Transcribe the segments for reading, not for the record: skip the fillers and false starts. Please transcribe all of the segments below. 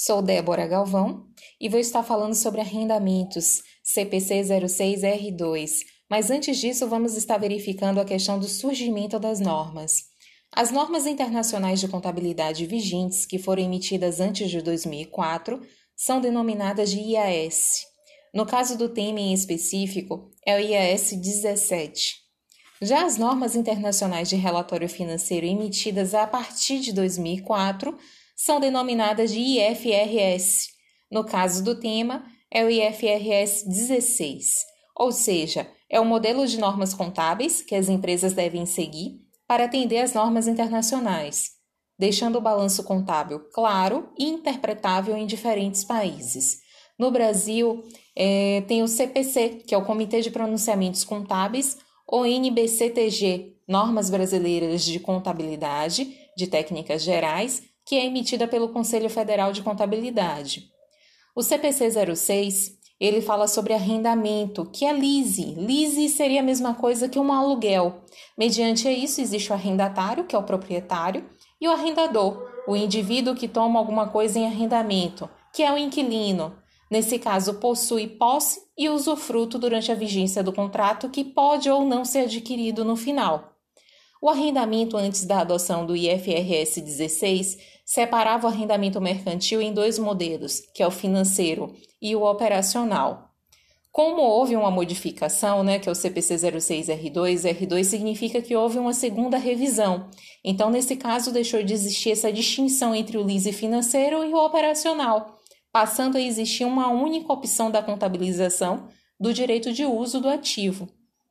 Sou Débora Galvão e vou estar falando sobre arrendamentos CPC 06R2, mas antes disso vamos estar verificando a questão do surgimento das normas. As normas internacionais de contabilidade vigentes, que foram emitidas antes de 2004, são denominadas de IAS. No caso do tema em específico, é o IAS 17. Já as normas internacionais de relatório financeiro emitidas a partir de 2004 são denominadas de IFRS. No caso do tema, é o IFRS 16, ou seja, é o modelo de normas contábeis que as empresas devem seguir para atender às normas internacionais, deixando o balanço contábil claro e interpretável em diferentes países. No Brasil, tem o CPC, que é o Comitê de Pronunciamentos Contábeis, ou NBCTG, Normas Brasileiras de Contabilidade, de Técnicas Gerais, que é emitida pelo Conselho Federal de Contabilidade. O CPC 06, ele fala sobre arrendamento, que é lease. Lease seria a mesma coisa que um aluguel. Mediante isso, existe o arrendatário, que é o proprietário, e o arrendador, o indivíduo que toma alguma coisa em arrendamento, que é o inquilino. Nesse caso, possui posse e usufruto durante a vigência do contrato, que pode ou não ser adquirido no final. O arrendamento antes da adoção do IFRS 16 separava o arrendamento mercantil em dois modelos, que é o financeiro e o operacional. Como houve uma modificação, que é o CPC 06R2, R2 significa que houve uma segunda revisão. Então, nesse caso, deixou de existir essa distinção entre o lease financeiro e o operacional, passando a existir uma única opção da contabilização do direito de uso do ativo.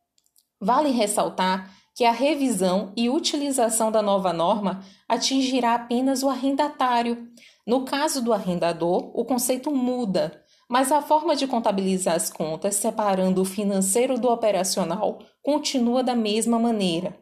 Vale ressaltar que a revisão e utilização da nova norma atingirá apenas o arrendatário. No caso do arrendador, o conceito muda, mas a forma de contabilizar as contas, separando o financeiro do operacional, continua da mesma maneira.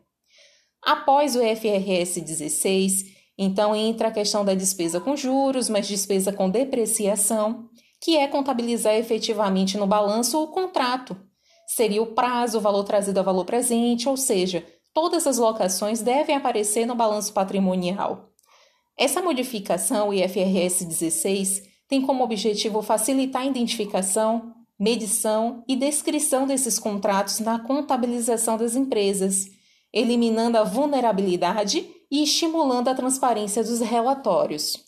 Após o IFRS 16, então entra a questão da despesa com juros, mas despesa com depreciação, que é contabilizar efetivamente no balanço o contrato. Seria o prazo, o valor trazido a valor presente, ou seja, todas as locações devem aparecer no balanço patrimonial. Essa modificação, o IFRS 16, tem como objetivo facilitar a identificação, medição e descrição desses contratos na contabilização das empresas, eliminando a vulnerabilidade e estimulando a transparência dos relatórios.